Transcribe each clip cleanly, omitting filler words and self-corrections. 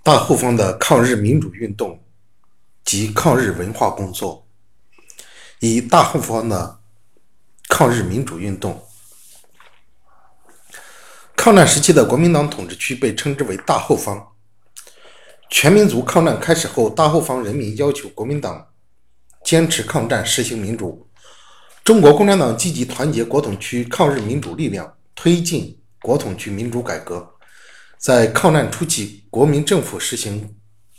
大后方的抗日民主运动及抗日文化工作。以大后方的抗日民主运动，抗战时期的国民党统治区被称之为大后方。全民族抗战开始后，大后方人民要求国民党坚持抗战，实行民主。中国共产党积极团结国统区抗日民主力量，推进国统区民主改革。在抗战初期，国民政府实行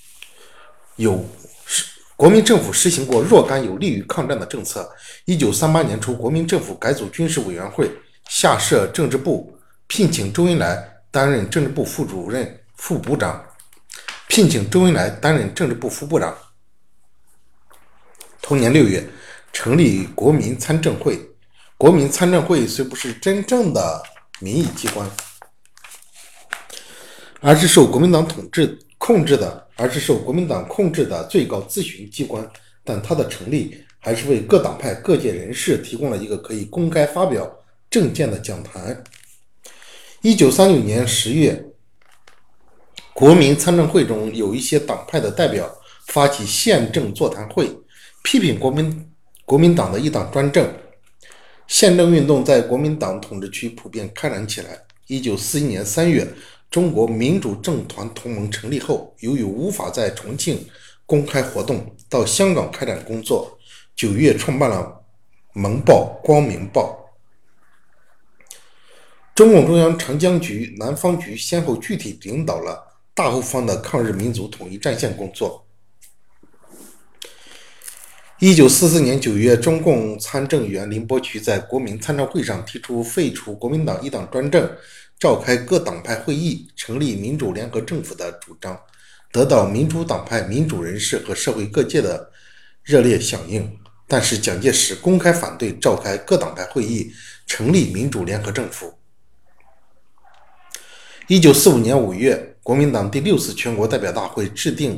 过若干有利于抗战的政策。1938年初，国民政府改组军事委员会，下设政治部，聘请周恩来担任政治部副部长。同年6月，成立国民参政会。国民参政会虽不是真正的民意机关，而是受国民党控制的最高咨询机关，但它的成立还是为各党派各界人士提供了一个可以公开发表政见的讲坛。1936年10月，国民参政会中有一些党派的代表发起宪政座谈会，批评国民党的一党专政。宪政运动在国民党统治区普遍开展起来。1941年3月，中国民主政团同盟成立后，由于无法在重庆公开活动，到香港开展工作。9月创办了《盟报》《光明报》。中共中央长江局、南方局先后具体领导了大后方的抗日民族统一战线工作。1944年9月，中共参政员林伯渠在国民参政会上提出废除国民党一党专政，召开各党派会议，成立民主联合政府的主张，得到民主党派、民主人士和社会各界的热烈响应。但是蒋介石公开反对召开各党派会议，成立民主联合政府。1945年5月，国民党第6次全国代表大会制定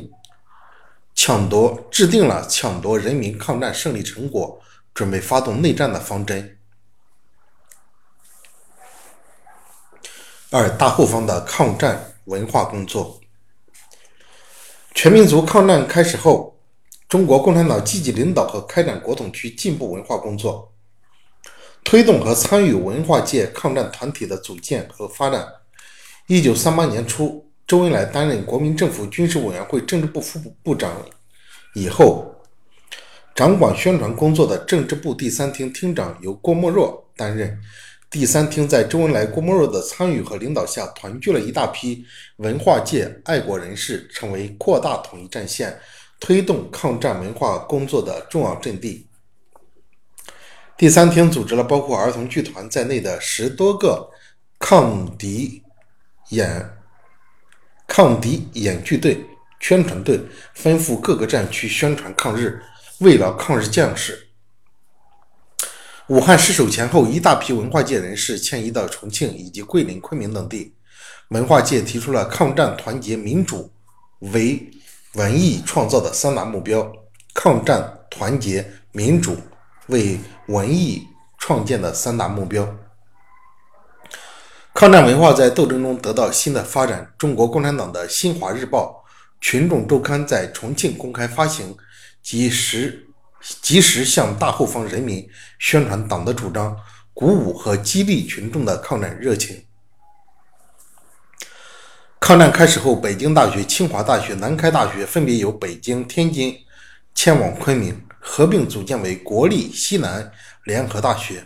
了抢夺人民抗战胜利成果，准备发动内战的方针。2. 大后方的抗战文化工作。全民族抗战开始后，中国共产党积极领导和开展国统区进步文化工作，推动和参与文化界抗战团体的组建和发展。1938年初，周恩来担任国民政府军事委员会政治部副部长以后，掌管宣传工作的政治部第3厅厅长由郭沫若担任。第3厅在周恩来、郭沫若的参与和领导下，团聚了一大批文化界爱国人士，成为扩大统一战线、推动抗战文化工作的重要阵地。第3厅组织了包括儿童剧团在内的10多个抗敌演剧队、宣传队，吩咐各个战区宣传抗日，慰劳抗日将士。武汉失守前后，一大批文化界人士迁移到重庆以及桂林、昆明等地。文化界提出了抗战、团结、民主为文艺创造的3大目标。抗战、团结、民主为文艺创建的3大目标。抗战文化在斗争中得到新的发展。中国共产党的新华日报、群众周刊在重庆公开发行，及时向大后方人民宣传党的主张，鼓舞和激励群众的抗战热情。抗战开始后，北京大学、清华大学、南开大学分别由北京、天津迁往昆明，合并组建为国立西南联合大学。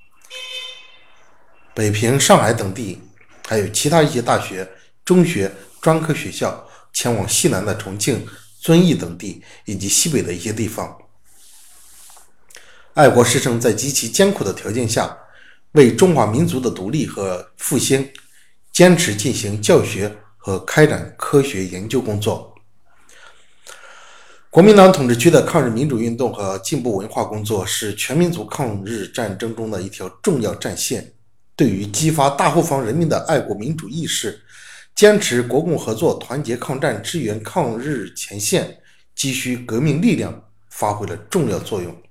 北平、上海等地还有其他一些大学、中学、专科学校前往西南的重庆、遵义等地，以及西北的一些地方。爱国师生在极其艰苦的条件下，为中华民族的独立和复兴，坚持进行教学和开展科学研究工作。国民党统治区的抗日民主运动和进步文化工作是全民族抗日战争中的一条重要战线，对于激发大后方人民的爱国民主意识，坚持国共合作、团结抗战、支援抗日前线、急需革命力量，发挥了重要作用。